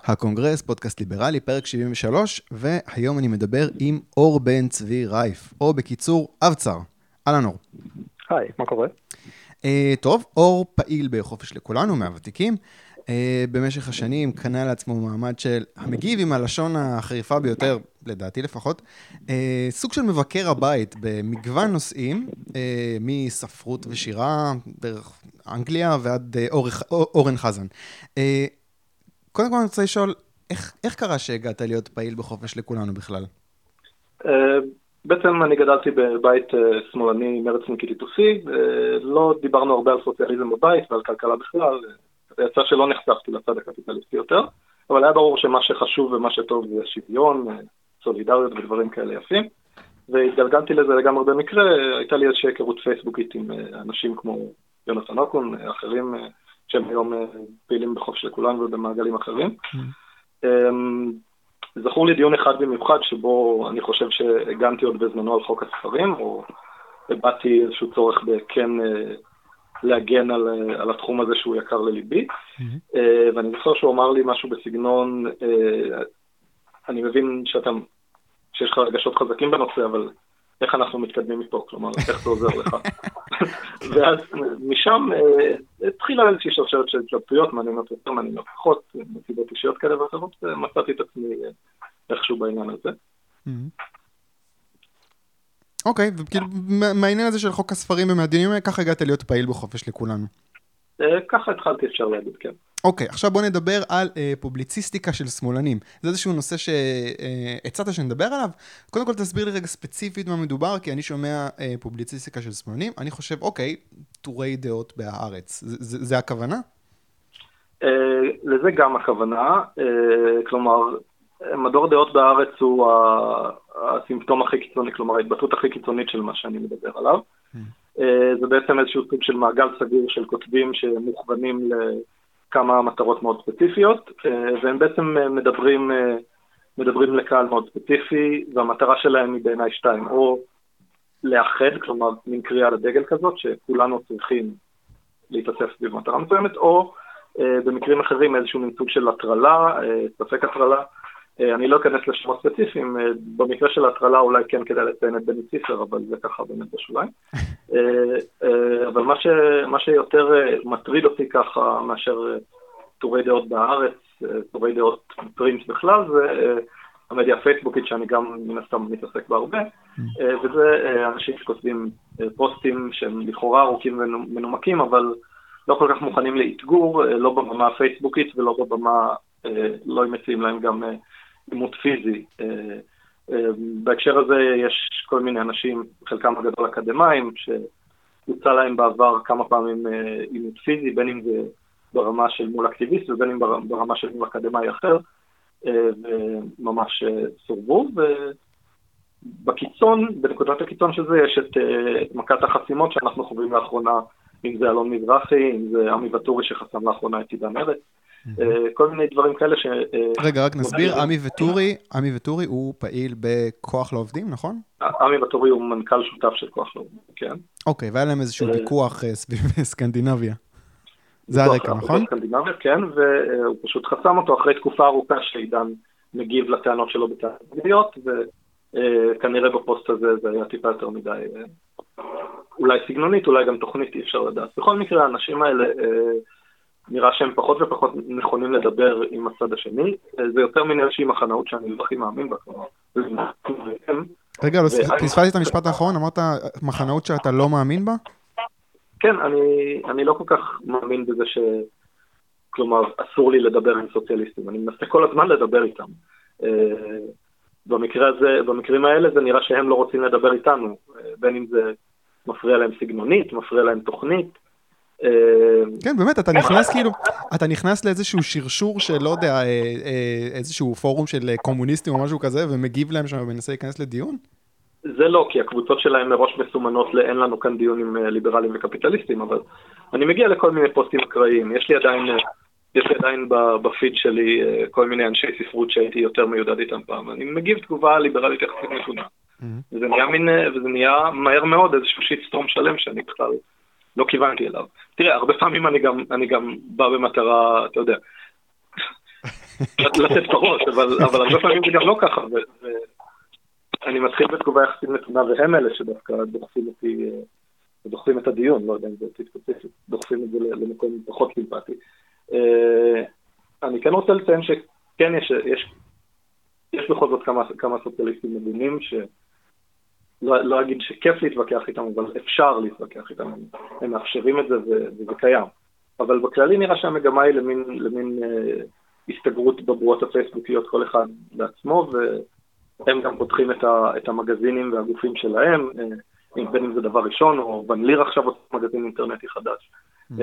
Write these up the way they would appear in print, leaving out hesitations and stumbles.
הקונגרס, פודקאסט ליברלי, פרק 73, והיום אני מדבר עם אור בן צבי רייף, או בקיצור, אבצר. אהלן אור. היי, מה קורה? טוב, אור פעיל בחופש לכולנו, מהוותיקים. במשך השנים קנה לעצמו מעמד של המגיב עם הלשון החריפה ביותר, לדעתי לפחות, סוג של מבקר הבית במגוון נושאים, מספרות ושירה, דרך אנגליה ועד אורן חזן. קודם כל אני רוצה לשאול, איך קרה שהגעת להיות פעיל בחופש לכולנו בכלל? בעצם אני גדלתי בבית שמאלני מרצניקי טיטוסי, לא דיברנו הרבה על סוציאליזם בבית ועל כלכלה בכלל, יצא שלא נחשפתי לצד הקפיטליסטי יותר, אבל היה ברור שמה שחשוב ומה שטוב זה שוויון, סולידריות ודברים כאלה יפים, והתגלגלתי לזה לגמרי במקרה, הייתה לי איזושהי היכרות פייסבוקית עם אנשים כמו יונתן אוקון, אחרים שהם היום פעילים בחופש לכולנו ובמעגלים אחרים. זכור לי דיון אחד במיוחד שבו אני חושב שהגנתי עוד בזמנו על חוק הספרים, או הבאתי איזשהו צורך בכן להגן על התחום הזה שהוא יקר לליבי, ואני זוכר שהוא אמר לי משהו בסגנון, אני מבין שיש לך רגשות חזקים בנושא, אבל איך אנחנו מתקדמים מפה, כלומר, איך זה עוזר לך. ואז משם התחילה איזושהי שרשרת של התלבטויות, מעניינות יותר, מעניינות פחות, מסיבות אישיות כאלה ואחרות, ומצאתי את עצמי איכשהו בעניין הזה. אוקיי, וכאילו מהעניין הזה של חוק הספרים ומהדיונים, ככה הגעת להיות פעיל בחופש לכולנו? ככה התחלתי, אפשר להגיד, כן. אוקיי, עכשיו בוא נדבר על פובליציסטיקה של שמאלנים. זה איזשהו נושא שהצעת שנדבר עליו. קודם כל תסביר לי רגע ספציפית מה מדובר, כי אני שומע פובליציסטיקה של שמאלנים, אני חושב, אוקיי, טורי דעות בהארץ. זה הכוונה? לזה גם הכוונה. כלומר, מדור דעות בארץ הוא הסימפטום הכי קיצוני, כלומר, ההתבטאות הכי קיצונית של מה שאני מדבר עליו. זה בעצם איזשהו סוג של מעגל סגור של כותבים שמוכוונים כמה מטרות מאוד ספציפיות, והם בעצם מדברים לקהל מאוד ספציפי, והמטרה שלהם היא בעיניי שתיים, או לאחד, כלומר מין קריאה לדגל כזאת, שכולנו צריכים להתאסף במטרה מסוימת, או במקרים אחרים איזשהו מין סוג של הטרלה, ספק הטרלה. אני לא אכנס לשמות ספציפיים, במקרה של ההטרלה אולי כן כדאי לציין את בני ציפר, אבל זה ככה באמת בשוליים. אבל מה שיותר מטריד אותי ככה מאשר טורי דעות בארץ, טורי דעות פרינט בכלל, זה המדיה הפייסבוקית שאני גם מן הסתם מתעסק בה הרבה, וזה אנשים שכותבים פוסטים שהם לכאורה ארוכים ומנומקים, אבל לא כל כך מוכנים להתגור, לא בבמה הפייסבוקית ולא בבמה, לא מציעים להם גם עימות פיזי. בהקשר הזה יש כל מיני אנשים, חלקם הגדול אקדמיים, שהוצא להם בעבר כמה פעמים עימות פיזי, בין אם זה ברמה של מול אקטיביסט ובין אם ברמה של מול אקדמי אחר, וממש סורבו. ובקיצון, בנקודת הקיצון של זה, יש את מכת החסימות שאנחנו חווים לאחרונה, אם זה אלון מזרחי, אם זה עמי וטורי שחסם לאחרונה את עידן ארץ, כל מיני דברים כאלה ש... רגע, רק נסביר, עמי וטורי הוא פעיל בכוח לעובדים, נכון? עמי וטורי הוא מנכ"ל שותף של כוח לעובדים, כן. אוקיי, והיה להם איזשהו ויכוח סביב סקנדינביה. זה הרקע, נכון? סקנדינביה, כן, והוא פשוט חסם אותו אחרי תקופה ארוכה שעידן מגיב לטענות שלו בטענות נגדיות, וכנראה בפוסט הזה זה היה טיפה יותר מדי, אולי סגנונית, אולי גם תוכנית, אי אפשר לדעת. בכל מקרה, האנשים האלה נראה שהם פחות ופחות נכונים לדבר עם הצד השני, זה יותר מן איזושהי מחנאות שאני לא הכי מאמין בה, כלומר. רגע, פספסתי את המשפט האחרון, אמרת מחנאות שאתה לא מאמין בה? כן, אני לא כל כך מאמין בזה כלומר, אסור לי לדבר עם סוציאליסטים, אני מנסה כל הזמן לדבר איתם. במקרים האלה זה נראה שהם לא רוצים לדבר איתנו, בין אם זה מפריע להם סגנונית, מפריע להם תוכנית. כן, באמת, אתה נכנס לאיזשהו שרשור של, לא יודע, איזשהו פורום של קומוניסטים או משהו כזה, ומגיב להם שם ומנסה להיכנס לדיון? זה לא, כי הקבוצות שלהם מראש מסומנות אין לנו כאן דיונים ליברליים וקפיטליסטים, אבל אני מגיע לכל מיני פוסטים אקראיים. יש לי עדיין בפיד שלי כל מיני אנשי ספרות שהייתי יותר מיודד איתם פעם. אני מגיב תגובה ליברלית יחסית מתונה. וזה נהיה מהר מאוד איזשהו שיטסטורם שלם שאני בכלל לא כיוונתי אליו. תראה, הרבה פעמים אני גם בא במטרה, אתה יודע, לתת פרות, אבל הרבה פעמים זה גם לא ככה, ואני מתחיל בתגובה יחסית מתונה, והם אלה שדווקא דוחפים אותי, דוחפים את הדיון, לא יודע אם זה אותי ספציפית, דוחפים את זה למקום פחות סימפטי. אני כן רוצה לציין שכן יש בכל זאת כמה סוציאליסטים מדהימים, לא אגיד שכיף להתווכח איתם, אבל אפשר להתווכח איתם, הם מאפשרים את זה וזה קיים. אבל בכללי נראה שהמגמה היא למין הסתגרות בבועות הפייסבוקיות כל אחד לעצמו, והם גם פותחים את המגזינים והגופים שלהם, בין אם זה דבר ראשון, או בנליר עכשיו עושה מגזין אינטרנטי חדש.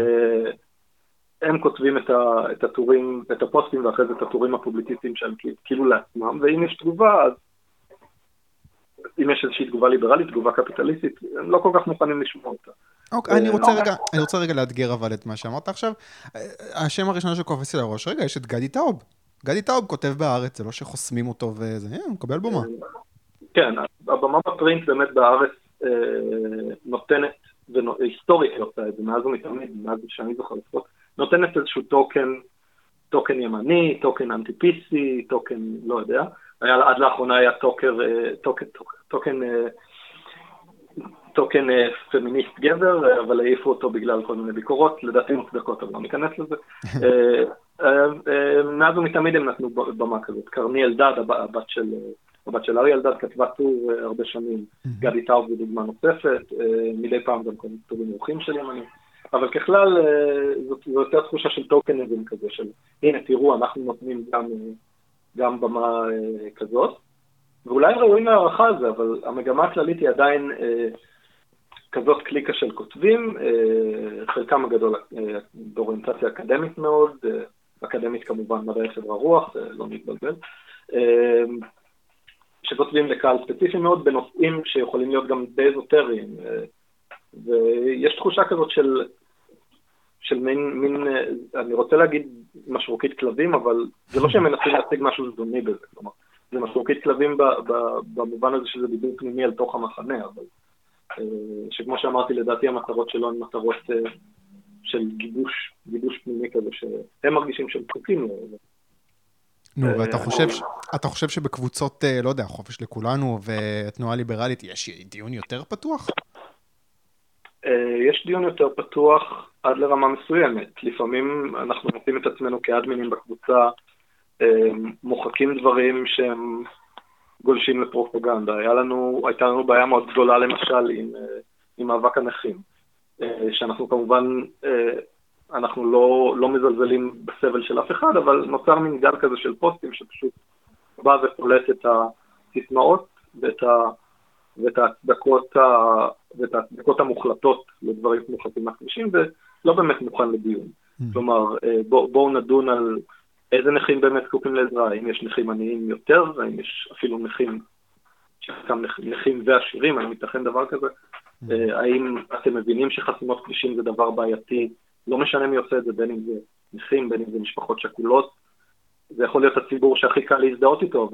הם כותבים את הטורים, את הפוסטים, ואחרי זה את הטורים הפובליציסטיים שהם כאילו לעצמם, ואם יש תגובה, אז אם יש איזושהי תגובה ליברלית, תגובה קפיטליסטית, הם לא כל כך מוכנים לשמוע אותה. אוקיי, אני רוצה רגע לאתגר אבל את מה שאמרת עכשיו. השם הראשון שקופץ לי לראש, רגע, יש את גדי טאוב. גדי טאוב כותב בארץ, זה לא שחוסמים אותו וזה, הוא מקבל במה. כן, הבמה בפרינט באמת בארץ נותנת, והיסטורית היא עושה את זה, מאז ומתמיד, מאז שאני זוכר לפחות, נותנת איזשהו טוקן ימני, טוקן אנטי-פיסי, טוקן, לא יודע. עד לאחרונה היה טוקן פמיניסט גבר, אבל העיפו אותו בגלל כל מיני ביקורות, לדעתי מוצדקות, אבל לא ניכנס לזה. מאז ומתמיד הם נתנו במה כזאת. קרני אלדד, הבת של ארי אלדד, כתבה טור הרבה שנים, גדי טאוב בדוגמה נוספת, מדי פעם גם כל מיני טורים אורחים של ימנים. אבל ככלל, זו יותר תחושה של טוקניזם כזה, של הנה תראו, אנחנו נותנים גם במה כזאת, ואולי ראויים להערכה על זה, אבל המגמה הכללית היא עדיין כזאת קליקה של כותבים, חלקם הגדול באוריינטציה אקדמית מאוד, אקדמית כמובן מדעי חברה רוח, לא מתבלבל, שכותבים לקהל ספציפי מאוד בנושאים שיכולים להיות גם די אזוטריים, ויש תחושה כזאת של מין, אני רוצה להגיד משרוקית כלבים, אבל זה לא שהם מנסים להציג משהו זדוני בזה, כלומר, זה משרוקית כלבים במובן הזה שזה דיבור פנימי על תוך המחנה, אבל שכמו שאמרתי, לדעתי המטרות שלו הן מטרות של גיבוש פנימי כזה, שהם מרגישים שהם פתוחים לו. נו, ואתה חושב שבקבוצות, לא יודע, חופש לכולנו והתנועה הליברלית, יש דיון יותר פתוח? יש דיון יותר פתוח עד לרמה מסוימת. לפעמים אנחנו מוצאים את עצמנו כאדמינים בקבוצה, מוחקים דברים שהם גולשים לפרופגנדה. הייתה לנו בעיה מאוד גדולה למשל עם מאבק הנכים, שאנחנו כמובן, אנחנו לא מזלזלים בסבל של אף אחד, אבל נוצר מין גל כזה של פוסטים שפשוט בא ופולט את הסיסמאות ואת ההצדקות המוחלטות לדברים מוחלטים מהכבישים, ולא באמת מוכן לדיון. כלומר, בואו נדון על איזה נכים באמת זקוקים לעזרה, האם יש נכים עניים יותר, האם יש אפילו נכים ועשירים, האם מתכן דבר כזה, האם אתם מבינים שחסימות כבישים זה דבר בעייתי, לא משנה מי עושה את זה, בין אם זה נכים, בין אם זה משפחות שכולות, זה יכול להיות הציבור שהכי קל להזדהות איתו,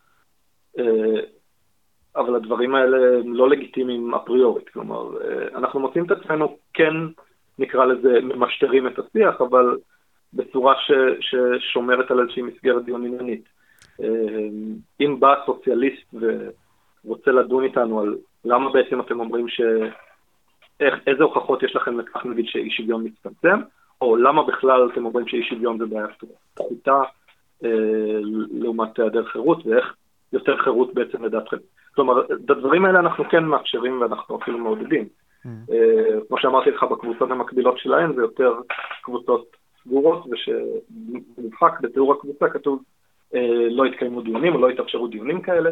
אבל הדברים האלה הם לא לגיטימיים אפריורית, כלומר, אנחנו מוצאים את עצמנו, כן נקרא לזה, ממשטרים את השיח, אבל בצורה ששומרת על איזושהי מסגרת דיון עניינית. אם בא סוציאליסט ורוצה לדון איתנו על למה בעצם אתם אומרים איזה הוכחות יש לכם לכך נגיד שאי שוויון מצטמצם, או למה בכלל אתם אומרים שאי שוויון זה בעיה פחותה לעומת היעדר חירות, ואיך יותר חירות בעצם לדעתכם. כלומר, את הדברים האלה אנחנו כן מאפשרים ואנחנו אפילו מעודדים. כמו שאמרתי לך, בקבוצות המקבילות שלהם זה יותר קבוצות סגורות, ושמובחק בתיאור הקבוצה כתוב לא התקיימו דיונים או לא התאפשרו דיונים כאלה.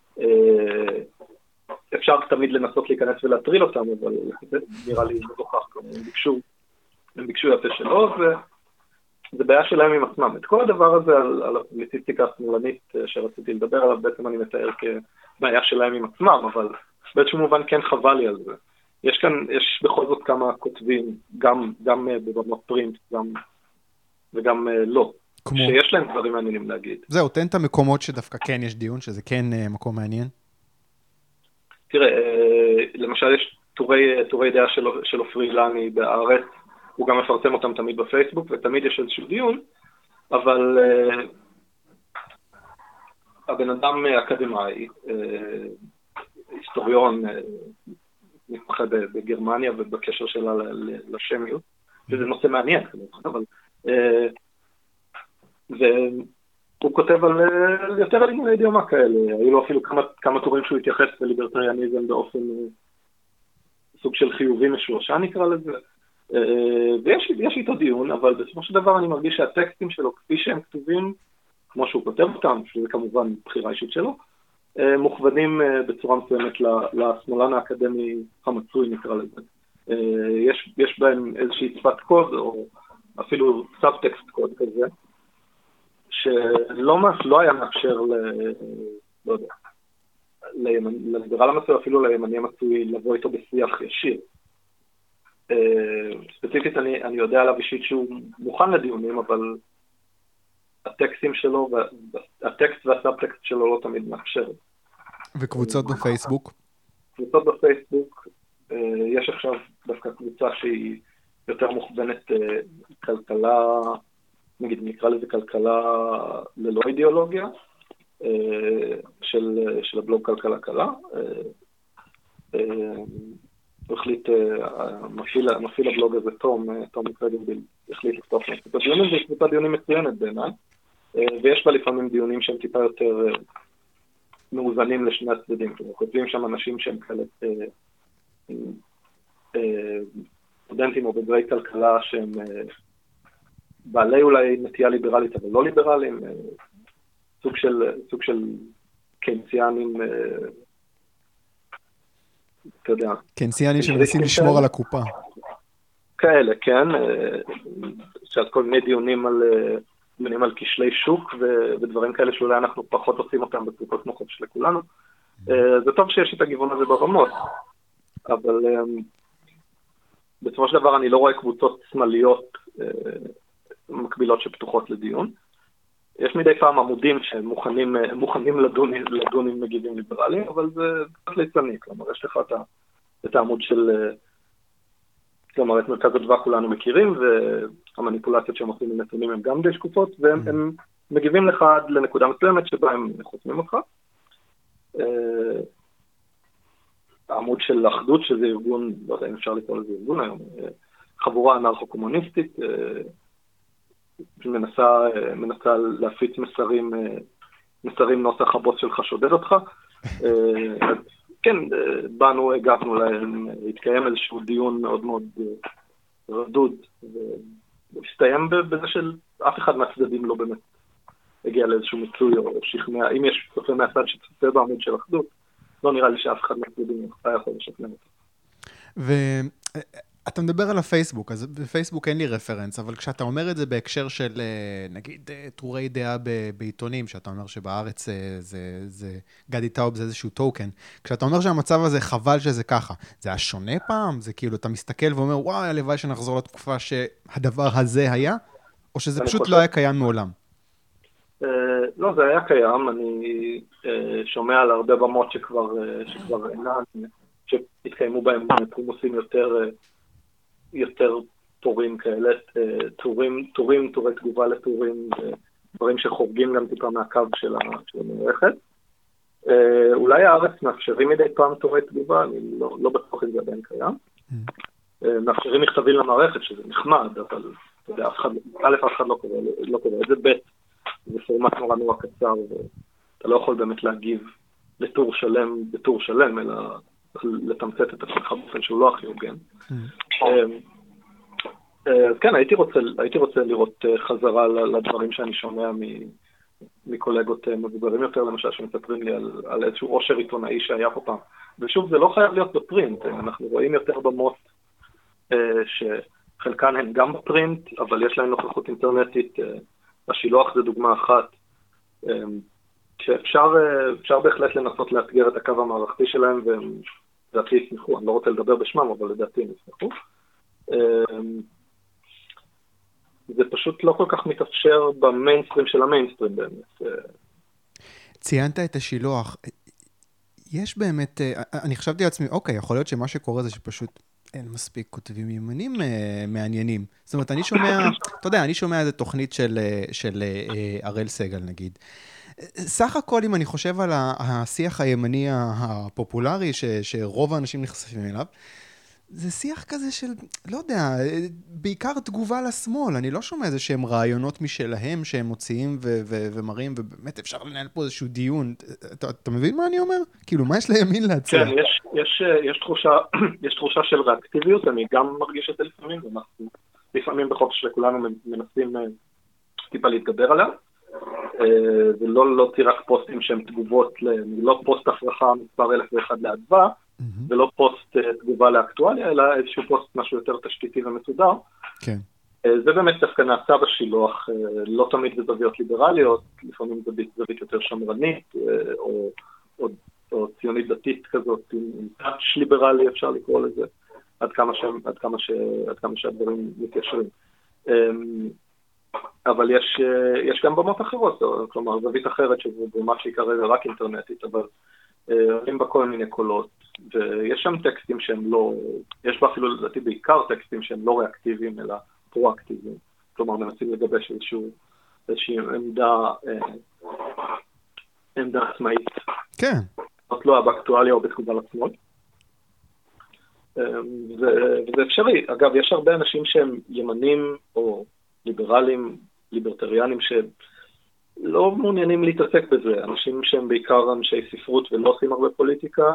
אפשר תמיד לנסות להיכנס ולהטריל אותם, אבל נראה לי מוכח, הם ביקשו יפה שלו, וזה בעיה שלהם עם עצמם. את כל הדבר הזה על הפוליטיסטיקה השמאלנית שרציתי לדבר עליו, בעצם אני מתאר כבעיה שלהם עם עצמם, אבל באיזשהו מובן כן חבל לי על זה. יש בכל זאת כמה כותבים, גם בבמות פרינט, וגם לא, שיש להם דברים מעניינים להגיד. זהו, תן את המקומות שדווקא כן יש דיון, שזה כן מקום מעניין. תראה, למשל יש טורי דעה של עופרי אילני בארץ, הוא גם מפרסם אותם תמיד בפייסבוק, ותמיד יש איזשהו דיון, אבל הבן אדם אקדמאי, היסטוריון, מתמחה בגרמניה ובקשר שלה לשמיות, שזה נושא מעניין, אבל והוא כותב על יותר לימודי דיומה כאלה, היו לו אפילו כמה טורים שהוא התייחס לליברטריאניזם באופן סוג של חיובי משורשה נקרא לזה, ויש איתו דיון, אבל בסופו של דבר אני מרגיש שהטקסטים שלו כפי שהם כתובים, כמו שהוא כותב אותם, שזה כמובן בחירה אישית שלו, מוכוונים בצורה מסוימת לשמאלן האקדמי המצוי נקרא לזה. יש בהם איזושהי שפת קוד, או אפילו סאבטקסט קוד כזה, שלא היה מאפשר לא יודע, לליברל המצוי, אפילו לימני המצוי, לבוא איתו בשיח ישיר. ספציפית אני יודע עליו אישית שהוא מוכן לדיונים, אבל הטקסטים שלו, הטקסט והסאבטקסט שלו לא תמיד מאפשר. וקבוצות בפייסבוק? קבוצות בפייסבוק, יש עכשיו דווקא קבוצה שהיא יותר מוכוונת כלכלה, נקרא לזה כלכלה ללא אידיאולוגיה, של הבלוג כלכלה קלה. החליט, מפעיל הבלוג הזה, תום קרדיביל, החליט לפתוח את הדיונים, והיא קבוצת דיונים מצוינת בעיניי, ויש בה לפעמים דיונים שהם טיפה יותר מאוזנים לשני הצדדים, כלומר, כותבים שם אנשים שהם כאלה סטודנטים או בוגרי כלכלה שהם בעלי אולי נטייה ליברלית, אבל לא ליברליים, סוג של קיינסיאנים, אתה יודע. קיינסיאנים שמנסים לשמור על הקופה. כאלה, כן, שעד כל מיני דיונים על כשלי שוק ודברים כאלה שאולי אנחנו פחות עושים אותם בקבוצות כמו חופש לכולנו. זה טוב שיש את הגיוון הזה ברמות, אבל בסופו של דבר אני לא רואה קבוצות שמאליות מקבילות שפתוחות לדיון. יש מדי פעם עמודים שמוכנים לדון עם מגיבים ליברליים, אבל זה קצת ליצני, כלומר יש לך את העמוד של, כלומר את מרכז הדבק כולנו מכירים, והמניפולציות שהם עושים עם נתונים הם גם די שקופות, והם מגיבים לך עד לנקודה מסוימת שבה הם חוסמים אותך. העמוד של אחדות, שזה ארגון, לא יודע אם אפשר לקרוא לזה ארגון היום, חבורה אנרכו-קומוניסטית, מנסה להפיץ מסרים נוסח הבוס שלך שודד אותך. כן, באנו, הגענו להם, התקיים איזשהו דיון מאוד מאוד רדוד, והסתיים בזה של אף אחד מהצדדים לא באמת הגיע לאיזשהו מצוי או שכנע. אם יש צופה מהצד שצופה בעמוד של אחדות, לא נראה לי שאף אחד מהצדדים יכול לשכנע אותו. אתה מדבר על הפייסבוק, אז בפייסבוק אין לי רפרנס, אבל כשאתה אומר את זה בהקשר של, נגיד, טורי דעה בעיתונים, שאתה אומר שבארץ זה גדי טאוב, זה איזשהו טוקן, כשאתה אומר שהמצב הזה חבל שזה ככה, זה היה שונה פעם? זה כאילו, אתה מסתכל ואומר, וואי, הלוואי שנחזור לתקופה שהדבר הזה היה? או שזה פשוט לא היה קיים מעולם? לא, זה היה קיים, אני שומע על הרבה במות שכבר אינן, שהתקיימו בהם פרומוסים יותר תורים כאלה, תורי תגובה לתורים, דברים שחורגים גם טיפה מהקו של המערכת. אולי הארץ מאפשרים מדי פעם תורי תגובה, אני לא בטוח אם זה עדיין קיים. מאפשרים מכתבים למערכת, שזה נחמד, אבל אתה יודע, אף אחד לא קורא את זה, זה פורמט נורא קצר, ואתה לא יכול באמת להגיב לטור שלם, אלא לתמצת את עצמך באופן שהוא לא הכי הוגן. אז כן, הייתי רוצה לראות חזרה לדברים שאני שומע מקולגות מבוגרים יותר, למשל שמספרים לי על איזשהו עושר עיתונאי שהיה פה פעם. ושוב, זה לא חייב להיות בפרינט, אנחנו רואים יותר במות שחלקן הן גם בפרינט, אבל יש להן נוכחות אינטרנטית, השילוח זה דוגמה אחת, שאפשר בהחלט לנסות לאתגר את הקו המערכתי שלהם, והם לדעתי ישמחו, אני לא רוצה לדבר בשמם, אבל לדעתי הם ישמחו. זה פשוט לא כל כך מתאפשר במיינסטרים של המיינסטרים באמת. ציינת את השילוח. יש באמת, אני חשבתי לעצמי, אוקיי, יכול להיות שמה שקורה זה שפשוט אין מספיק כותבים ימנים מעניינים. זאת אומרת, אני שומע, אתה יודע, אני שומע איזה תוכנית של אראל סגל, נגיד. סך הכל, אם אני חושב על השיח הימני הפופולרי, שרוב האנשים נחשפים אליו, זה שיח כזה של, לא יודע, בעיקר תגובה לשמאל. אני לא שומע איזה שהם רעיונות משלהם שהם מוציאים ומראים, ובאמת אפשר לנהל פה איזשהו דיון. אתה מבין מה אני אומר? כאילו, מה יש לימין להציע? כן, יש תחושה של ריאקטיביות, אני גם מרגיש את זה לפעמים, ואנחנו לפעמים בחופש לכולנו מנסים טיפה להתגבר עליה, ולא להוציא רק פוסטים שהם תגובות, לא פוסט הפרחה מספר 1001 לאדווה, ולא פוסט תגובה לאקטואליה, אלא איזשהו פוסט משהו יותר תשתיתי ומסודר. כן. זה באמת דווקא נעשה בשילוח, לא תמיד בזוויות ליברליות, לפעמים זווית יותר שמרנית, או ציונית דתית כזאת, עם טאץ' ליברלי אפשר לקרוא לזה, עד כמה שהדברים מתיישרים. אבל יש גם במות אחרות, כלומר זווית אחרת שזה במה שהיא כרגע רק אינטרנטית, אבל רואים בה כל מיני קולות, ויש שם טקסטים שהם לא, יש בה אפילו לדעתי בעיקר טקסטים שהם לא ריאקטיביים אלא פרואקטיביים, כלומר מנסים לגבש איזושהי עמדה עצמאית. כן. זאת לא באקטואליה או בתגובה לשמאל. וזה אפשרי. אגב, יש הרבה אנשים שהם ימנים או ליברלים, ליברטריאנים, שלא מעוניינים להתעסק בזה. אנשים שהם בעיקר אנשי ספרות ולא עושים הרבה פוליטיקה.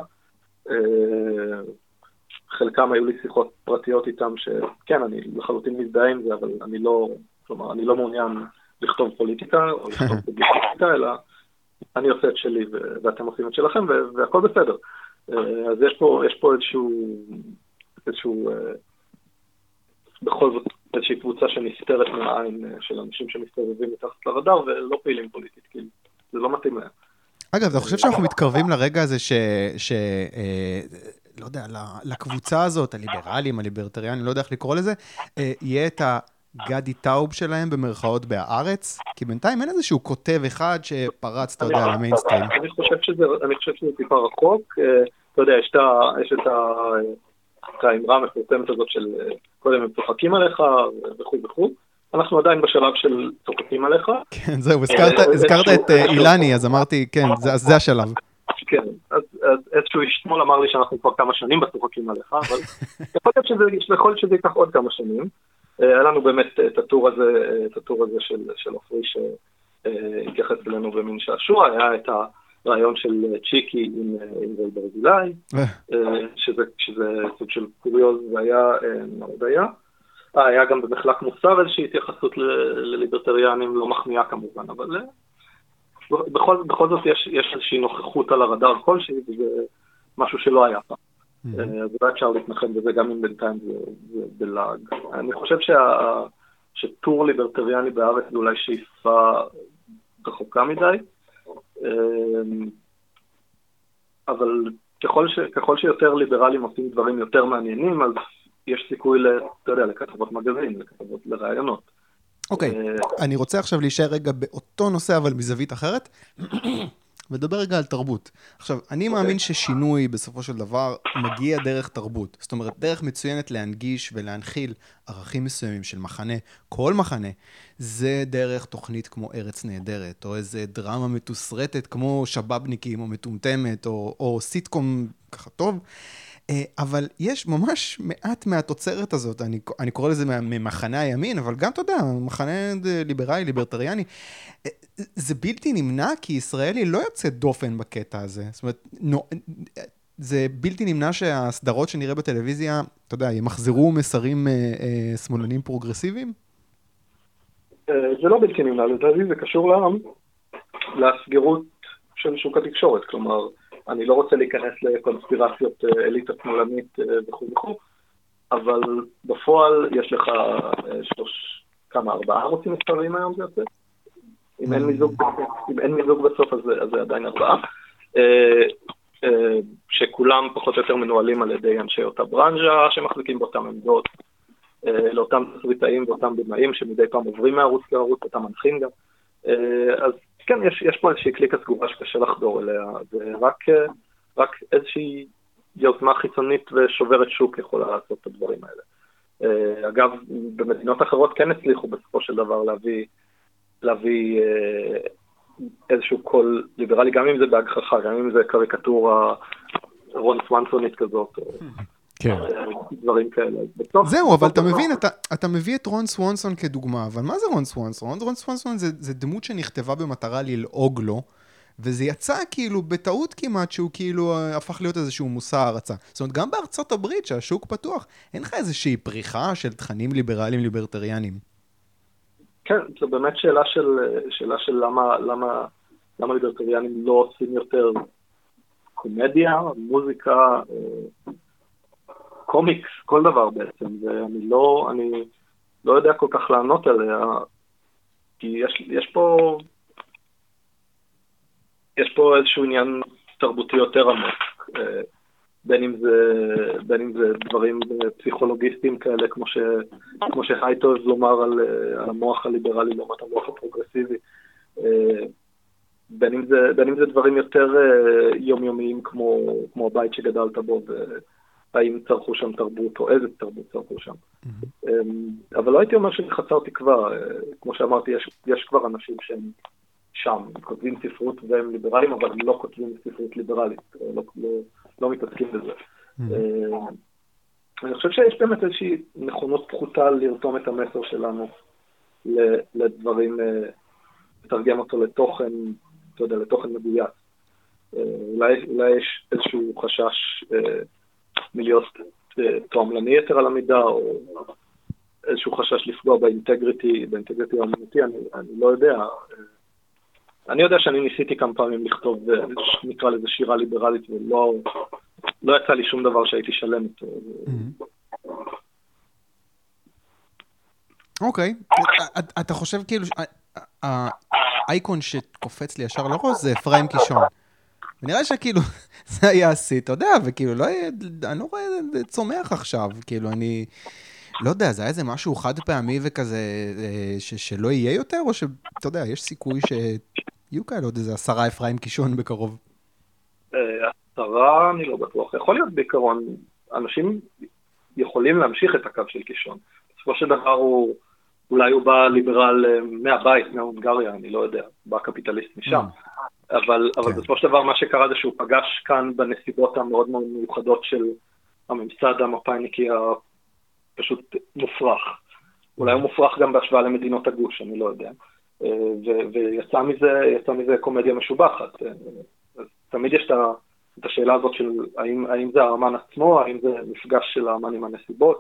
חלקם היו לי שיחות פרטיות איתם שכן, אני לחלוטין מזדהה עם זה, אבל אני לא מעוניין לכתוב פוליטיקה או לכתוב פוליטיקה, אלא אני עושה את שלי ואתם עושים את שלכם, והכל בסדר. אז יש פה איזשהו בכל זאת איזושהי קבוצה שנסתרת מהעין של אנשים שמסתובבים מתחת לרדאר ולא פעילים פוליטית, כי זה לא מתאים להם. אגב, אתה חושב שאנחנו מתקרבים לרגע הזה לא יודע, לקבוצה הזאת, הליברלים, הליברטריאנים, לא יודע איך לקרוא לזה, יהיה את הגדי טאוב שלהם במרכאות בהארץ? כי בינתיים אין איזשהו כותב אחד שפרץ, אתה יודע, למיינסטרים. אני חושב שזה טיפה רחוק. אתה יודע, יש את האמרה המפורסמת הזאת של קודם הם צוחקים עליך וכו' וכו'. אנחנו עדיין בשלב של צוחקים עליך. כן, זהו, הזכרת את אילני, אז אמרתי, כן, זה השלב. כן, אז איזשהו איש שמאל אמר לי שאנחנו כבר כמה שנים בצוחקים עליך, אבל יכול להיות שזה ייקח עוד כמה שנים. היה לנו באמת את הטור הזה של עופרי שהתייחס אלינו במין שעשוע, היה את הרעיון של צ'יקי עם רועי ברזילי, שזה סוג של קוריוז, והיה מאוד היה גם במחלק מוסר איזושהי התייחסות לליברטריאנים, לא מחמיאה כמובן, אבל בכל זאת יש איזושהי נוכחות על הרדאר כלשהי, וזה משהו שלא היה פעם. אז לא אפשר להתנחם בזה גם אם בינתיים זה בלעג. אני חושב שטור ליברטריאני בארץ זה אולי שאיפה רחוקה מדי, אבל ככל שיותר ליברלים עושים דברים יותר מעניינים, אז יש סיכוי לכתבות מגזין, לכתבות לרעיונות. אוקיי, אני רוצה עכשיו להישאר רגע באותו נושא, אבל מזווית אחרת, ודבר רגע על תרבות. עכשיו, אני מאמין ששינוי בסופו של דבר מגיע דרך תרבות. זאת אומרת, דרך מצוינת להנגיש ולהנחיל ערכים מסוימים של מחנה, כל מחנה, זה דרך תוכנית כמו ארץ נהדרת, או איזה דרמה מתוסרטת כמו שבאבניקים או מטומטמת, או סיטקום ככה טוב. אבל יש ממש מעט מהתוצרת הזאת, אני קורא לזה ממחנה הימין, אבל גם, אתה יודע, מחנה ליברלי, ליברטריאני, זה בלתי נמנע, כי ישראלי לא יוצא דופן בקטע הזה. זאת אומרת, זה בלתי נמנע שהסדרות שנראה בטלוויזיה, אתה יודע, ימחזרו מסרים שמאלנים פרוגרסיביים? זה לא בלתי נמנע, לדעתי זה קשור לסגירות של שוק התקשורת, כלומר, אני לא רוצה להיכנס לקונספירציות אליטה שמאלנית וכו', אבל בפועל יש לך 4 ערוצים מסחריים היום זה יוצא. אם אין מיזוג בסוף, אז זה עדיין 4. שכולם פחות או יותר מנוהלים על ידי אנשי אותה ברנז'ה, שמחזיקים באותם עמדות, לאותם תסריטאים ואותם במאים, שמדי פעם עוברים מערוץ לערוץ, אותם מנחים גם. אז כן, יש פה איזושהי קליקה סגורה שקשה לחדור אליה, זה רק איזושהי יוזמה חיצונית ושוברת שוק יכולה לעשות את הדברים האלה. אגב, במדינות אחרות כן הצליחו בסופו של דבר להביא איזשהו קול ליברלי, גם אם זה בהגחכה, גם אם זה קריקטורה רון סוונסונית כזאת, כן. דברים כאלה. זהו, אבל אתה מבין, אתה מביא את רון סוונסון כדוגמה, אבל מה זה רון סוונסון? רון סוונסון זה דמות שנכתבה במטרה ללעוג לו, וזה יצא כאילו בטעות כמעט שהוא כאילו הפך להיות איזשהו מושא הערצה. זאת אומרת, גם בארצות הברית שהשוק פתוח, אין לך איזושהי פריחה של תכנים ליברליים ליברטריאנים. כן, זו באמת שאלה של למה ליברטריאנים לא עושים יותר קומדיה, מוזיקה, קומיקס, כל דבר בעצם, ואני לא יודע כל כך לענות עליה, כי יש פה איזשהו עניין תרבותי יותר עמוק, בין אם זה דברים פסיכולוגיסטיים כאלה, כמו שהי טוב לומר על המוח הליברלי לעומת המוח הפרוגרסיבי, בין אם זה דברים יותר יומיומיים כמו הבית שגדלת בו, האם צרכו שם תרבות או איזה תרבות צרכו שם. אבל לא הייתי אומר שחסר תקווה, כמו שאמרתי, יש כבר אנשים שהם שם, כותבים ספרות והם ליברליים, אבל הם לא כותבים ספרות ליברלית, לא מתעסקים בזה. אני חושב שיש באמת איזושהי נכונות פחותה לרתום את המסר שלנו לדברים, לתרגם אותו לתוכן, אתה יודע, לתוכן מדויק. אולי יש איזשהו חשש מלהיות תועמלני יותר על המידה, או איזשהו חשש לפגוע באינטגריטי האמנותי, אני לא יודע. אני יודע שאני ניסיתי כמה פעמים לכתוב, נקרא לזה שירה ליברלית, ולא יצא לי שום דבר שהייתי שלם איתו. אוקיי. אתה חושב כאילו, האייקון שקופץ לי ישר לראש זה אפרים קישון. ונראה שכאילו, זה היה עשי, אתה יודע, וכאילו, אני לא רואה צומח עכשיו, כאילו, אני לא יודע, זה היה איזה משהו חד פעמי וכזה, שלא יהיה יותר, או שאתה יודע, יש סיכוי שיהיו כאלה עוד איזה 10 אפרים קישון בקרוב? 10, אני לא בטוח. יכול להיות בעיקרון, אנשים יכולים להמשיך את הקו של קישון. בסופו של דבר אולי הוא בא ליברל מהבית, מהונגריה, אני לא יודע, בא קפיטליסט משם. אבל בסופו של דבר מה שקרה זה שהוא פגש כאן בנסיבות המאוד מאוד מיוחדות של הממסד המפאיניקי הפשוט מופרך. אולי הוא מופרך גם בהשוואה למדינות הגוש, אני לא יודע. ויצא מזה קומדיה משובחת. תמיד יש את השאלה הזאת של האם זה האמן עצמו, האם זה מפגש של האמן עם הנסיבות.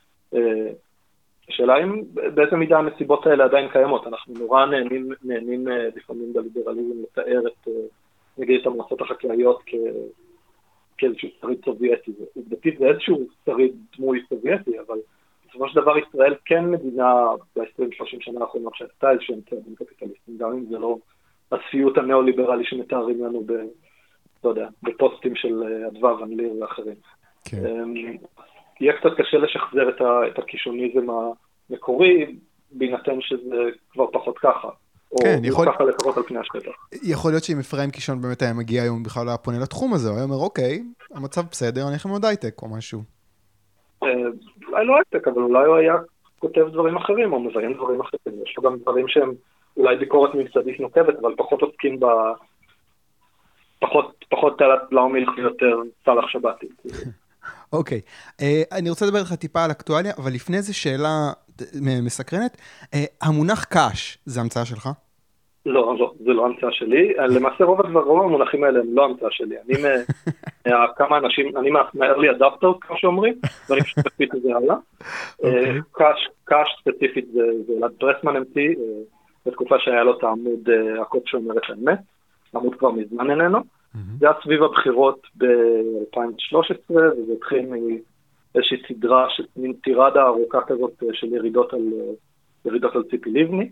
השאלה אם באיזה מידה הנסיבות האלה עדיין קיימות. אנחנו נורא נהנים לפעמים בליברליזם לתאר נגיד את המועצות החקלאיות כאיזשהו שריד סובייטי. עובדתית זה איזשהו שריד דמוי סובייטי, אבל בסופו של דבר ישראל כן מדינה ב-20-30 שנה האחרונות שעשתה איזשהו צעדים קפיטליסטים, גם אם זה לא הצפיות הנאו-ליברלי שמתארים לנו לא יודע, בפוסטים של אדווה ונליר ואחרים. יהיה קצת קשה לשחזר את הקישוניזם המקורי, בהינתן שזה כבר פחות ככה. כן, או ככה לפחות על פני השטח. יכול להיות שאם אפרים קישון באמת היה מגיע היום בכלל היה פונה לתחום הזה, הוא היה אומר, אוקיי, המצב בסדר, אני חייב עוד הייטק או משהו. אולי לא הייטק, אבל אולי הוא היה כותב דברים אחרים, או מביים דברים אחרים. יש לו גם דברים שהם אולי ביקורת ממסדית נוקבת, אבל פחות עוסקים פחות תלת לאומיל יותר צלח שבתי. אוקיי, אני רוצה לדבר לך טיפה על אקטואליה, אבל לפני זה שאלה מסקרנת. המונח קאש, זה המצאה שלך? לא, זה לא המצאה שלי. למעשה רוב המונחים האלה הם לא המצאה שלי. אני כמה אנשים, אני מה-early adapters, כמו שאומרים, ואני פשוט תקפיץ את זה הלאה. קאש ספציפית זה אלעד ברסמן המציא, בתקופה שהיה לו את העמוד הקוד שאומר את האמת, העמוד כבר מזמן איננו. זה היה סביב הבחירות ב-2013, וזה התחיל מאיזושהי סדרה, מין טירדה ארוכה כזאת של ירידות על ציפי לבני,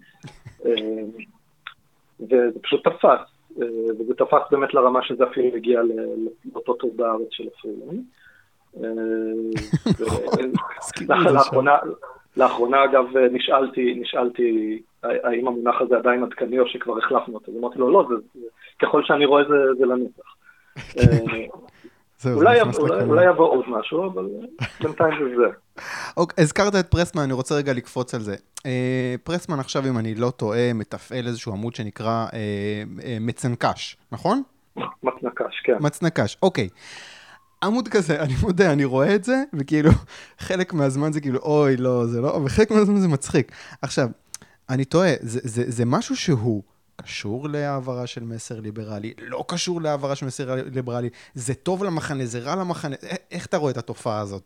וזה פשוט תפס, וזה תפס באמת לרמה שזה אפילו הגיע לאותו טוב בארץ של הפרילון. לאחרונה אגב נשאלתי האם המונח הזה עדיין עדכני או שכבר החלפנו אותו, אמרתי לו לא, ככל שאני רואה זה לנצח. זהו, זה נכנס אולי יבוא עוד משהו, אבל בינתיים זה. אוקיי, הזכרת את פרסמן, אני רוצה רגע לקפוץ על זה. פרסמן עכשיו, אם אני לא טועה, מתפעל איזשהו עמוד שנקרא מצנקש, נכון? מצנקש, כן. מצנקש, אוקיי. עמוד כזה, אני מודה, אני רואה את זה, וכאילו, חלק מהזמן זה כאילו, אוי, לא, זה לא, וחלק מהזמן זה מצחיק. עכשיו, אני טועה, זה משהו שהוא קשור להעברה של מסר ליברלי, לא קשור להעברה של מסר ליברלי, זה טוב למחנה, זה רע למחנה, איך אתה רואה את התופעה הזאת?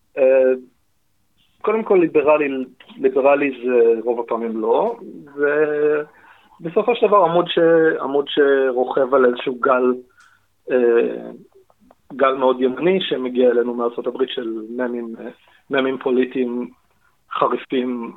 קודם כל, ליברלי זה רוב הפעמים לא, ובסופו של דבר עמוד שרוכב על איזשהו גל מאוד ימני שמגיע אלינו מארצות הברית של ממים פוליטיים חריפים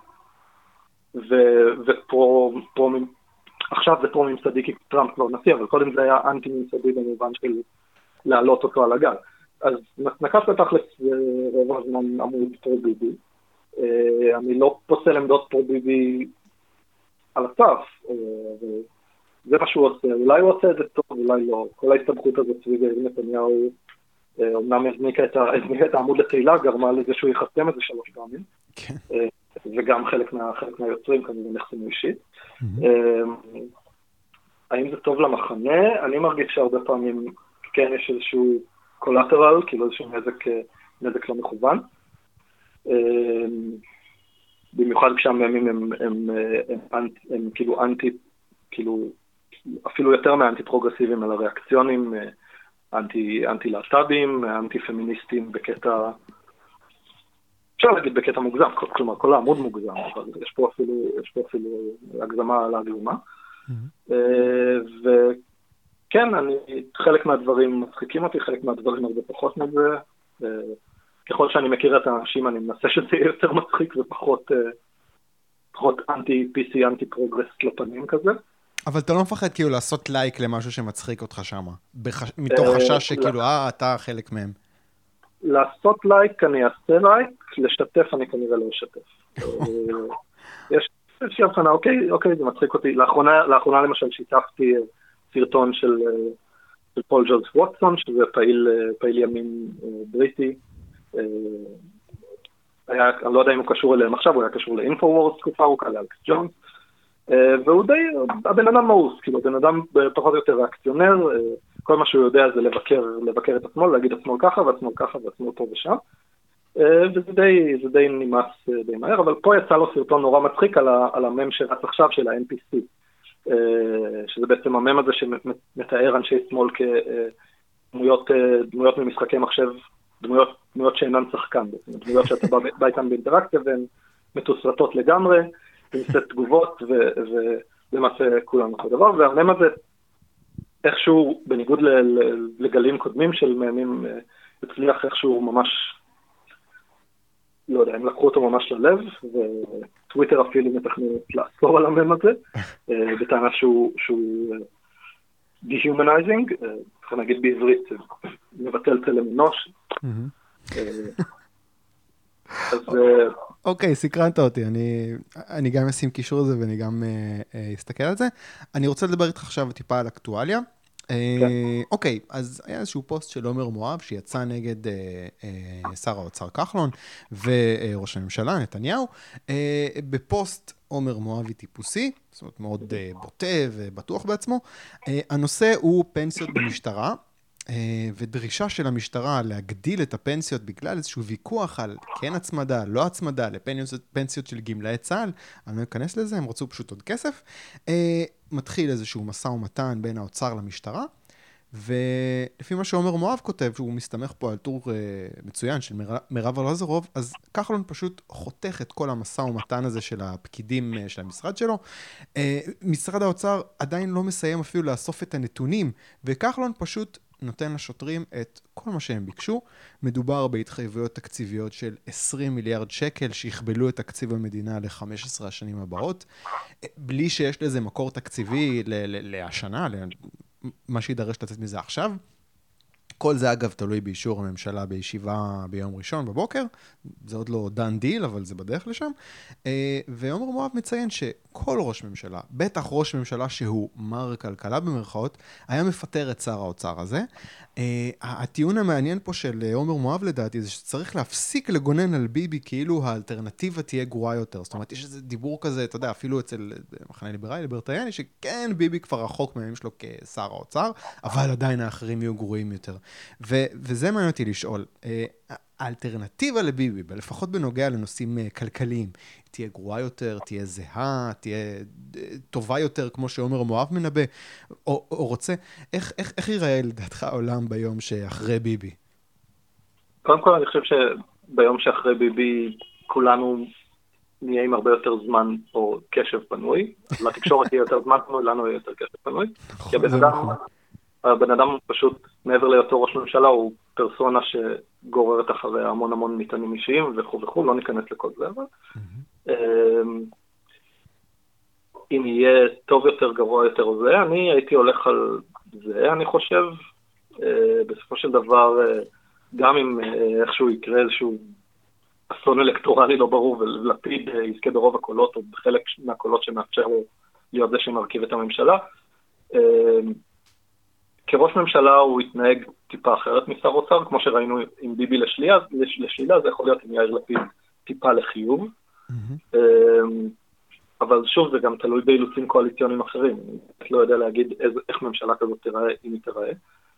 עכשיו זה פרו-ממסדי כי טראמפ כבר נשיא, אבל קודם זה היה אנטי-ממסדי במובן של להעלות אותו על הגל. אז נקף בתכלס רוב הזמן עמוד פרו-ביבי. אני לא פוסל עמדות פרו-ביבי על הסף, זה מה שהוא עושה. אולי הוא עושה את זה טוב, אולי לא. כל ההסתבכות הזאת סביב נתניהו אומנם הזניקה את העמוד לתהילה, גרמה לזה שהוא יחסם את זה 3 פעמים. כן. וגם חלק מהיוצרים כנראה נחסמו אישית. האם זה טוב למחנה? אני מרגיש שהרבה פעמים כן יש איזשהו קולטרל, כאילו איזשהו נזק לא מכוון. במיוחד כשהממים הם כאילו כאילו אפילו יותר מאנטי פרוגרסיביים, אלא ריאקציונים, אנטי להט"בים, אנטי פמיניסטים בקטע, אפשר להגיד בקטע מוגזם, כלומר כל העמוד מוגזם, אבל יש פה אפילו הגזמה על הגזמה. וכן, חלק מהדברים מצחיקים אותי, חלק מהדברים הרבה פחות מזה. ככל שאני מכיר את האנשים, אני מנסה שזה יהיה יותר מצחיק ופחות אנטי-PC, אנטי-פרוגרס לפנים כזה. אבל אתה לא מפחד כאילו לעשות לייק למשהו שמצחיק אותך שם, מתוך חשש שכאילו, אתה חלק מהם. לעשות לייק אני אעשה לייק, לשתף אני כנראה לא אשתף. יש הבחנה, אוקיי, זה מצחיק אותי. לאחרונה למשל שיתפתי סרטון של פול ג'וז ווטסון, שזה פעיל ימין בריטי. אני לא יודע אם הוא קשור אליהם עכשיו, הוא היה קשור לאינפוורס תקופה ארוכה, לאלכס ג'ונס. והוא די, הבן אדם מאוס, כאילו, הבן אדם פחות או יותר ריאקציונר, כל מה שהוא יודע זה לבקר את השמאל, להגיד השמאל ככה, והשמאל ככה, והשמאל פה ושם. וזה די נמאס די מהר, אבל פה יצא לו סרטון נורא מצחיק על המם שרץ עכשיו של ה-NPC, שזה בעצם המם הזה שמתאר אנשי שמאל כדמויות ממשחקי מחשב, דמויות שאינן שחקן, דמויות שאתה בא איתן באינטראקציה והן מתוסרטות לגמרי, וניסת תגובות, ולמעשה כולם אותו דבר, והמם הזה איכשהו, בניגוד לגלים קודמים של ממים, הצליח איכשהו ממש, לא יודע, הם לקחו אותו ממש ללב, וטוויטר אפילו מתכננת לאסור על המם הזה, בטענה שהוא dehumanizing, צריך להגיד בעברית, מבטל צלם אנוש. אוקיי, סקרנת אותי, אני גם אשים קישור לזה ואני גם אסתכל על זה. אני רוצה לדבר איתך עכשיו טיפה על אקטואליה. אוקיי, אז היה איזשהו פוסט של עומר מואב שיצא נגד שר האוצר כחלון וראש הממשלה נתניהו. בפוסט עומר מואבי טיפוסי, זאת אומרת מאוד בוטה ובטוח בעצמו. הנושא הוא פנסיות במשטרה. ודרישה של המשטרה להגדיל את הפנסיות בגלל איזשהו ויכוח על כן הצמדה, לא הצמדה, לפנסיות של גמלאי צה"ל, אני לא אכנס לזה, הם רצו פשוט עוד כסף. מתחיל איזשהו מסע ומתן בין האוצר למשטרה, ולפי מה שאומר מואב כותב, שהוא מסתמך פה על טור מצוין של מירב ארלוזורוב, אז כחלון פשוט חותך את כל המסע ומתן הזה של הפקידים של המשרד שלו. משרד האוצר עדיין לא מסיים אפילו לאסוף את הנתונים, וכחלון פשוט נותן לשוטרים את כל מה שהם ביקשו. מדובר בהתחייבויות תקציביות של 20 מיליארד שקל שיכבלו את תקציב המדינה ל-15 השנים הבאות, בלי שיש לזה מקור תקציבי להשנה, מה שידרש לתת מזה עכשיו. כל זה אגב תלוי באישור הממשלה בישיבה ביום ראשון בבוקר, זה עוד לא דן דיל, אבל זה בדרך לשם. ועומר מואב מציין שכל ראש ממשלה, בטח ראש ממשלה שהוא מר כלכלה במרכאות, היה מפטר את שר האוצר הזה. הטיעון המעניין פה של עומר מואב לדעתי, זה שצריך להפסיק לגונן על ביבי כאילו האלטרנטיבה תהיה גרועה יותר. זאת אומרת, יש איזה דיבור כזה, אתה יודע, אפילו אצל מחנה ליברלי, ליברטריאני, שכן, ביבי כבר רחוק מהימים שלו כשר האוצר, אבל עדיין האחרים יהיו גרועים יותר. וזה מעניין אותי לשאול, האלטרנטיבה לביבי, לפחות בנוגע לנושאים כלכליים, תהיה גרועה יותר, תהיה זהה, תהיה טובה יותר, כמו שעומר מואב מנבא, או רוצה, איך ייראה לדעתך העולם ביום שאחרי ביבי? קודם כל, אני חושב שביום שאחרי ביבי, כולנו נהיה עם הרבה יותר זמן או קשב פנוי. לתקשורת יהיה יותר זמן פנוי, לנו יהיה יותר קשב פנוי. כי הבן אדם פשוט, מעבר להיותו ראש ממשלה, הוא פרסונה שגוררת אחרי המון מטענים אישיים וכו', לא ניכנס לכל זה, אבל אם יהיה טוב יותר, גרוע יותר או זה, אני הייתי הולך על זה, אני חושב, בסופו של דבר, גם אם איכשהו יקרה איזשהו אסון אלקטורלי לא ברור, ולפיד יזכה ברוב הקולות, או בחלק מהקולות שמאפשר לו להיות זה שמרכיב את הממשלה, כראש ממשלה הוא יתנהג טיפה אחרת משר אוצר, כמו שראינו עם ביבי לשלילה, זה יכול להיות עם יאיר לפיד טיפה לחיוב, אבל שוב זה גם תלוי באילוצים קואליציוניים אחרים, אני לא יודע להגיד איך ממשלה כזאת תראה, אם היא תראה.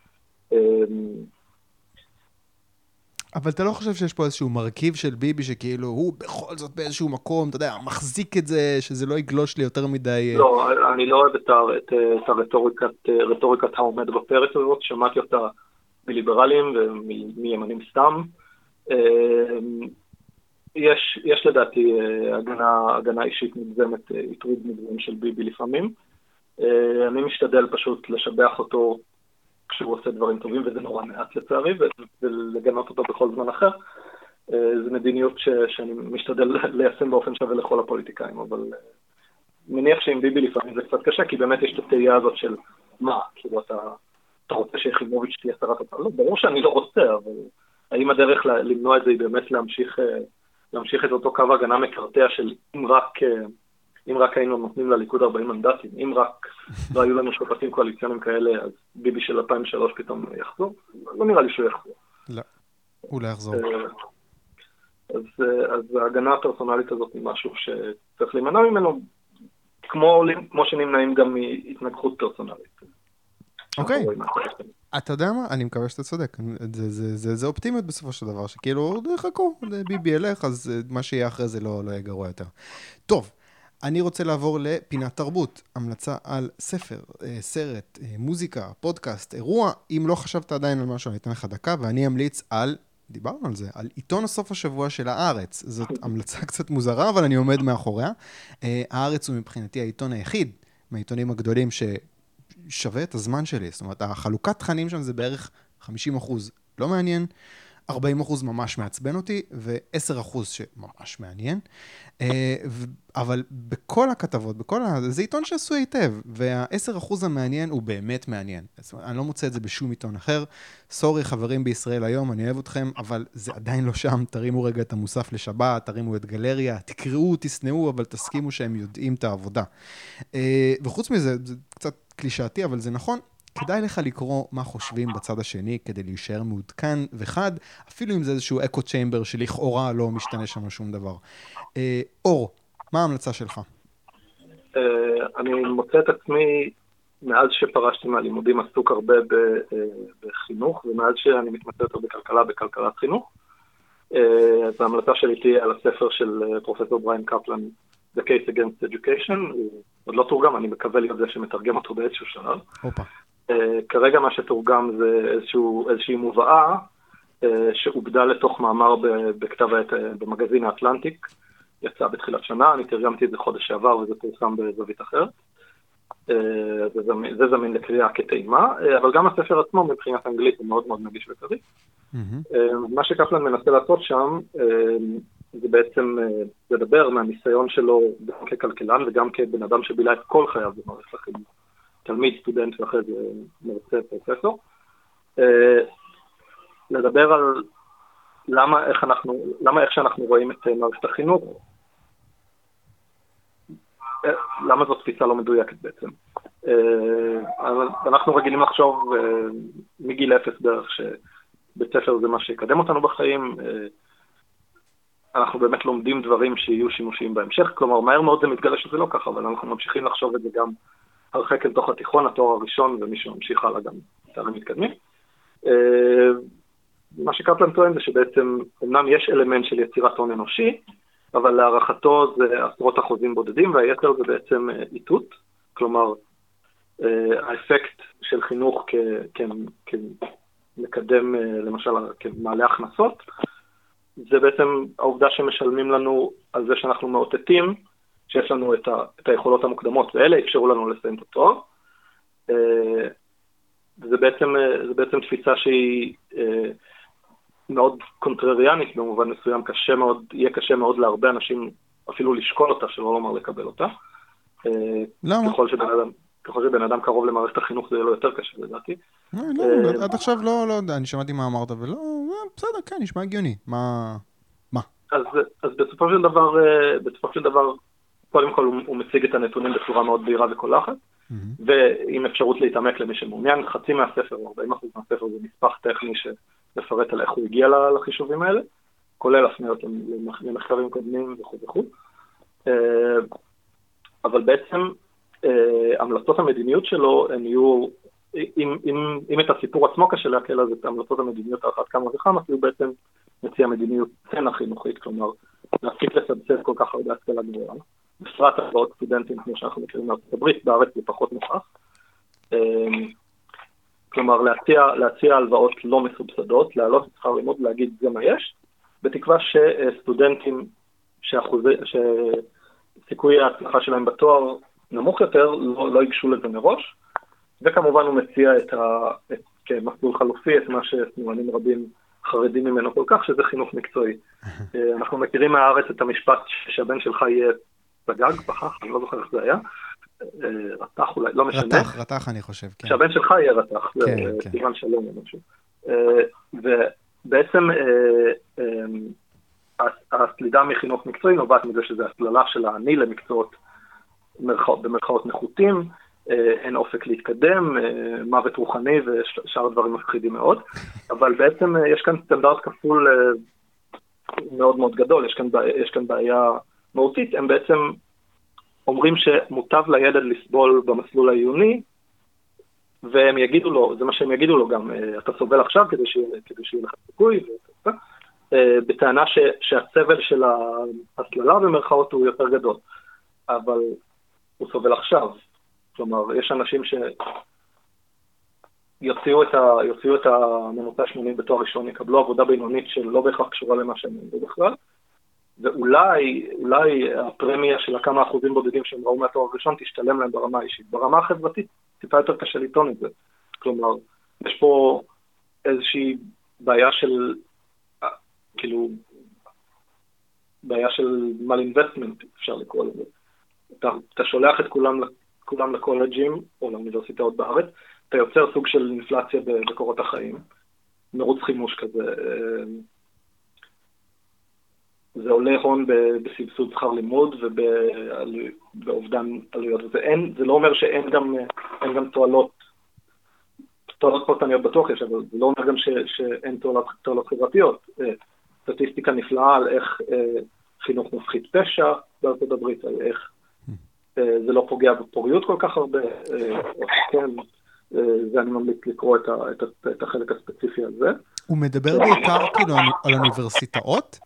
אבל אתה לא חושב שיש פה איזשהו מרכיב של ביבי שכאילו הוא בכל זאת באיזשהו מקום, אתה יודע, מחזיק את זה, שזה לא יגלוש לי יותר מדי... לא, אני לא אוהב את הרטוריקת העומד בפרץ הזאת, שמעתי אותה מליברלים ומימנים סתם. יש לדעתי הגנה אישית מגזמת, יתרוד מגזם של ביבי לפעמים. אני משתדל פשוט לשבח אותו כשהוא עושה דברים טובים, וזה נורא מעט לצערי, ולגנות אותו בכל זמן אחר. זו מדיניות שאני משתדל ליישם באופן שווה לכל הפוליטיקאים, אבל מניח שעם ביבי לפעמים זה קצת קשה, כי באמת יש את התהייה הזאת של מה, כאילו אתה רוצה שיחימוביץ' תהיה שרת אוצר? לא, ברור שאני לא רוצה, אבל האם הדרך למנוע את זה היא באמת להמשיך את אותו קו הגנה מקרטע של אם רק היינו נותנים לליכוד 40 מנדטים, אם רק לא היו לנו שותפים קואליציוניים כאלה, אז ביבי של 2003 פתאום יחזור? לא נראה לי שהוא יחזור. לא, הוא לא יחזור. אז ההגנה הפרסונלית הזאת היא משהו שצריך להימנע ממנו, כמו שנמנעים גם מהתנגחות פרסונלית. אוקיי. אתה יודע מה? אני מקווה שאתה צודק. זה אופטימיות בסופו של דבר, שכאילו, חכו, ביבי ילך, אז מה שיהיה אחרי זה לא יהיה גרוע יותר. טוב. אני רוצה לעבור לפינת תרבות, המלצה על ספר, סרט, מוזיקה, פודקאסט, אירוע. אם לא חשבת עדיין על משהו, אני אתן לך דקה, ואני אמליץ על, דיברנו על זה, על עיתון הסוף השבוע של הארץ. זאת המלצה קצת מוזרה, אבל אני עומד מאחוריה. הארץ הוא מבחינתי העיתון היחיד מהעיתונים הגדולים ששווה את הזמן שלי. זאת אומרת, החלוקת תכנים שם זה בערך 50%. לא מעניין. 40% ממש מעצבן אותי, ו10% שממש מעניין. אבל בכל הכתבות, זה עיתון שעשוי היטב, וה10% המעניין הוא באמת מעניין. אני לא מוצא את זה בשום עיתון אחר. סורי, חברים בישראל היום, אני אוהב אתכם, אבל זה עדיין לא שם. תרימו רגע את המוסף לשבת, תרימו את גלריה, תקראו, תסנאו, אבל תסכימו שהם יודעים את העבודה. וחוץ מזה, זה קצת קלישאתי, אבל זה נכון. כדאי לך לקרוא מה חושבים בצד השני כדי להישאר מעודכן וחד, אפילו אם זה איזשהו אקו צ'יימבר שלכאורה לא משתנה שם שום דבר. אור, מה ההמלצה שלך? אני מוצא את עצמי, מאז שפרשתי מהלימודים עסוק הרבה בחינוך, ומאז שאני מתמצא יותר בכלכלת חינוך. אז ההמלצה שלי תהיה על הספר של פרופסור בריין קפלן, The Case Against Education, הוא עוד לא תורגם, אני מקווה להיות זה שמתרגם אותו באיזשהו שלב. כרגע מה שתורגם זה איזושהי מובאה שעובדה לתוך מאמר בכתב העת במגזין האטלנטיק, יצא בתחילת שנה, אני תרגמתי את זה חודש שעבר וזה פורסם בזווית אחרת. זה זמין לקריאה כטעימה, אבל גם הספר עצמו מבחינת אנגלית הוא מאוד מאוד נגיש וקריא. מה שקפלן מנסה לעשות שם זה בעצם לדבר מהניסיון שלו גם ככלכלן וגם כבן אדם שבילה את כל חייו במערכת החינוך. תלמיד, סטודנט ואחרי זה מרצה, פרופסור. לדבר על למה איך שאנחנו רואים את מערכת החינוך, למה זו תפיסה לא מדויקת בעצם. אנחנו רגילים לחשוב מגיל 0 בערך שבית ספר זה מה שיקדם אותנו בחיים, אנחנו באמת לומדים דברים שיהיו שימושיים בהמשך, כלומר מהר מאוד זה מתגלה שזה לא ככה, אבל אנחנו ממשיכים לחשוב את זה גם הרחק אל תוך התיכון, התואר הראשון, ומי שממשיך הלאה גם תארים מתקדמים. מה שקפלן טוען זה שבעצם אמנם יש אלמנט של יצירת הון אנושי, אבל להערכתו זה עשרות אחוזים בודדים, והיתר זה בעצם איתות, כלומר האפקט של חינוך כמקדם, למשל כמעלה הכנסות, זה בעצם העובדה שמשלמים לנו על זה שאנחנו מאותתים, שיש לנו את היכולות המוקדמות, ואלה אפשרו לנו לסיים את התואר. זה בעצם תפיסה שהיא מאוד קונטרריאנית במובן מסוים, יהיה קשה מאוד להרבה אנשים אפילו לשקול אותה, שלא לומר לקבל אותה. למה? ככל שבן אדם קרוב למערכת החינוך זה יהיה לו יותר קשה לדעתי. לא, עד עכשיו לא יודע, אני שמעתי מה אמרת ולא, בסדר, כן, נשמע הגיוני. מה? אז בסופו של דבר, קודם כל הוא מציג את הנתונים בצורה מאוד בהירה וקולחת, ועם אפשרות להתעמק למי שמעוניין, חצי מהספר או 40% מהספר זה נספח טכני שמפרט על איך הוא הגיע לחישובים האלה, כולל הפניות למחקרים קודמים וכו'. אבל בעצם המלצות המדיניות שלו הן יהיו, אם את הסיפור עצמו קשה להקל, אז את המלצות המדיניות האחת כמה וכמה, כי הוא בעצם מציע מדיניות צנע חינוכית, כלומר, להפסיק לסבסד כל כך הרבה השכלה גבוהה, בפרט הלוואות סטודנטים, כמו שאנחנו מכירים מארצות הברית, בארץ זה פחות נוכח. כלומר, להציע הלוואות לא מסובסדות, להעלות את שכר לימוד, להגיד זה מה יש, בתקווה שסטודנטים שסיכוי ההצלחה שלהם בתואר נמוך יותר, לא ייגשו לזה מראש, וכמובן הוא מציע כמסלול חלופי את מה שסמואלים רבים חרדים ממנו כל כך, שזה חינוך מקצועי. אנחנו מכירים מהארץ את המשפט שהבן שלך יהיה בגג, פחח, אני לא זוכר איך זה היה, רתח אולי, לא משנה. רתח אני חושב, כן. שהבן שלך יהיה רתח, זה סימן שלום או משהו. ובעצם הסלידה מחינוך מקצועי נובעת מזה שזה הסללה של העני למקצועות במרכאות נחותים, אין אופק להתקדם, מוות רוחני ושאר הדברים מפחידים מאוד, אבל בעצם יש כאן סטנדרט כפול מאוד מאוד גדול, יש כאן בעיה מהותית, הם בעצם אומרים שמוטב לילד לסבול במסלול העיוני, והם יגידו לו, זה מה שהם יגידו לו גם, אתה סובל עכשיו כדי שיהיה לך סיכוי, בטענה שהסבל של ההסללה במרכאות הוא יותר גדול, אבל הוא סובל עכשיו. כלומר, יש אנשים שיוציאו את הממוצע 80 בתואר ראשון, יקבלו עבודה בינונית שלא בהכרח קשורה למה שהם עמדו בכלל, ואולי הפרמיה של הכמה אחוזים בודדים שהם ראו מהתואר הראשון תשתלם להם ברמה האישית. ברמה החברתית טיפה יותר קשה לטעון את זה. כלומר, יש פה איזושהי בעיה של, כאילו, בעיה של mal-investment, אפשר לקרוא לזה. אתה שולח את כולם לקולג'ים או לאוניברסיטאות בארץ, אתה יוצר סוג של אינפלציה בקורות החיים, מרוץ חימוש כזה, זה עולה הון בסבסוד שכר לימוד ובאובדן עלויות, זה לא אומר שאין גם תועלות פרטניות בטוח יש, אבל זה לא אומר גם שאין תועלות חברתיות. סטטיסטיקה נפלאה על איך חינוך מפחית פשע בארצות הברית, על איך זה לא פוגע בפוריות כל כך הרבה, כן, זה אני ממליץ לקרוא את החלק הספציפי הזה. הוא מדבר בעיקר כאילו על אוניברסיטאות?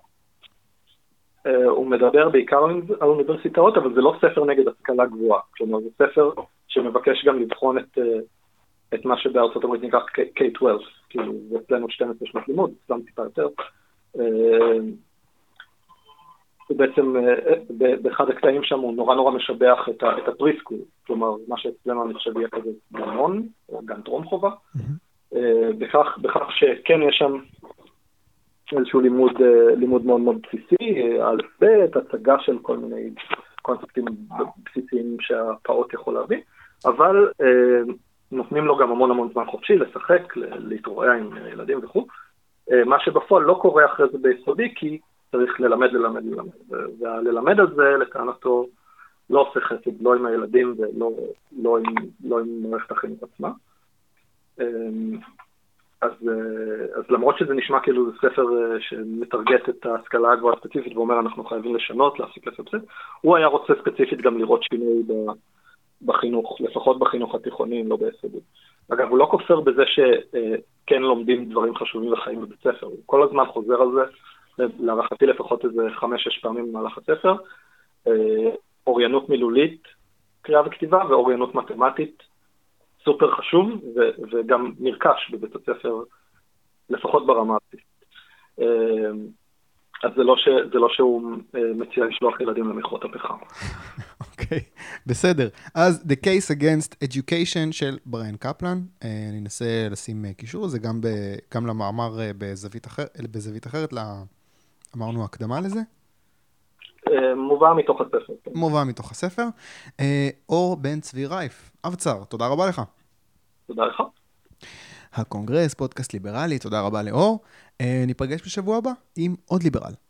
הוא מדבר בעיקר על אוניברסיטאות, אבל זה לא ספר נגד השכלה גבוהה, כלומר זה ספר שמבקש גם לבחון את מה שבארצות הברית נקרא K-12, כאילו זה אצלנו 12 שנות לימוד, אצלנו טיפה יותר. ובעצם באחד הקטעים שם הוא נורא משבח את הפריסקול, כלומר מה שאצלנו אני חושב יהיה כזה גנון, או גן טרום חובה, בכך שכן יש שם איזשהו לימוד מאוד מאוד בסיסי, על בית, הצגה של כל מיני קונספטים בסיסיים שהפעות יכול להביא, אבל נותנים לו גם המון המון זמן חופשי, לשחק, להתרועע עם ילדים וכו'. מה שבפועל לא קורה אחרי זה ביסודי, כי צריך ללמד. והללמד הזה, לטענתו, לא עושה חסד, לא עם הילדים ולא עם מערכת החינוך עצמה. אז למרות שזה נשמע כאילו זה ספר שמתרגט את ההשכלה הגבוהה הספציפית ואומר אנחנו חייבים לשנות, להפסיק לסבסד, הוא היה רוצה ספציפית גם לראות שינוי בחינוך, לפחות בחינוך התיכוני, לא ביסודי. אגב, הוא לא כופר בזה שכן לומדים דברים חשובים וחיים בבית ספר, הוא כל הזמן חוזר על זה, להערכתי לפחות איזה 5-6 פעמים במהלך הספר, אוריינות מילולית, קריאה וכתיבה, ואוריינות מתמטית, סופר חשוב, וגם נרכש בבית הספר, לפחות ברמה הבסיסית. אז זה לא שהוא מציע לשלוח ילדים למכרות הפחם. אוקיי, בסדר. אז The Case Against Education של בריאן קפלן, אני אנסה לשים קישור, זה גם למאמר בזווית אחרת, אמרנו הקדמה לזה? מובא מתוך הספר. מובא מתוך הספר. אור בן צבי רייף, אבצר, תודה רבה לך. תודה לך. הקונגרס, פודקאסט ליברלי, תודה רבה לאור. ניפגש בשבוע הבא עם עוד ליברל.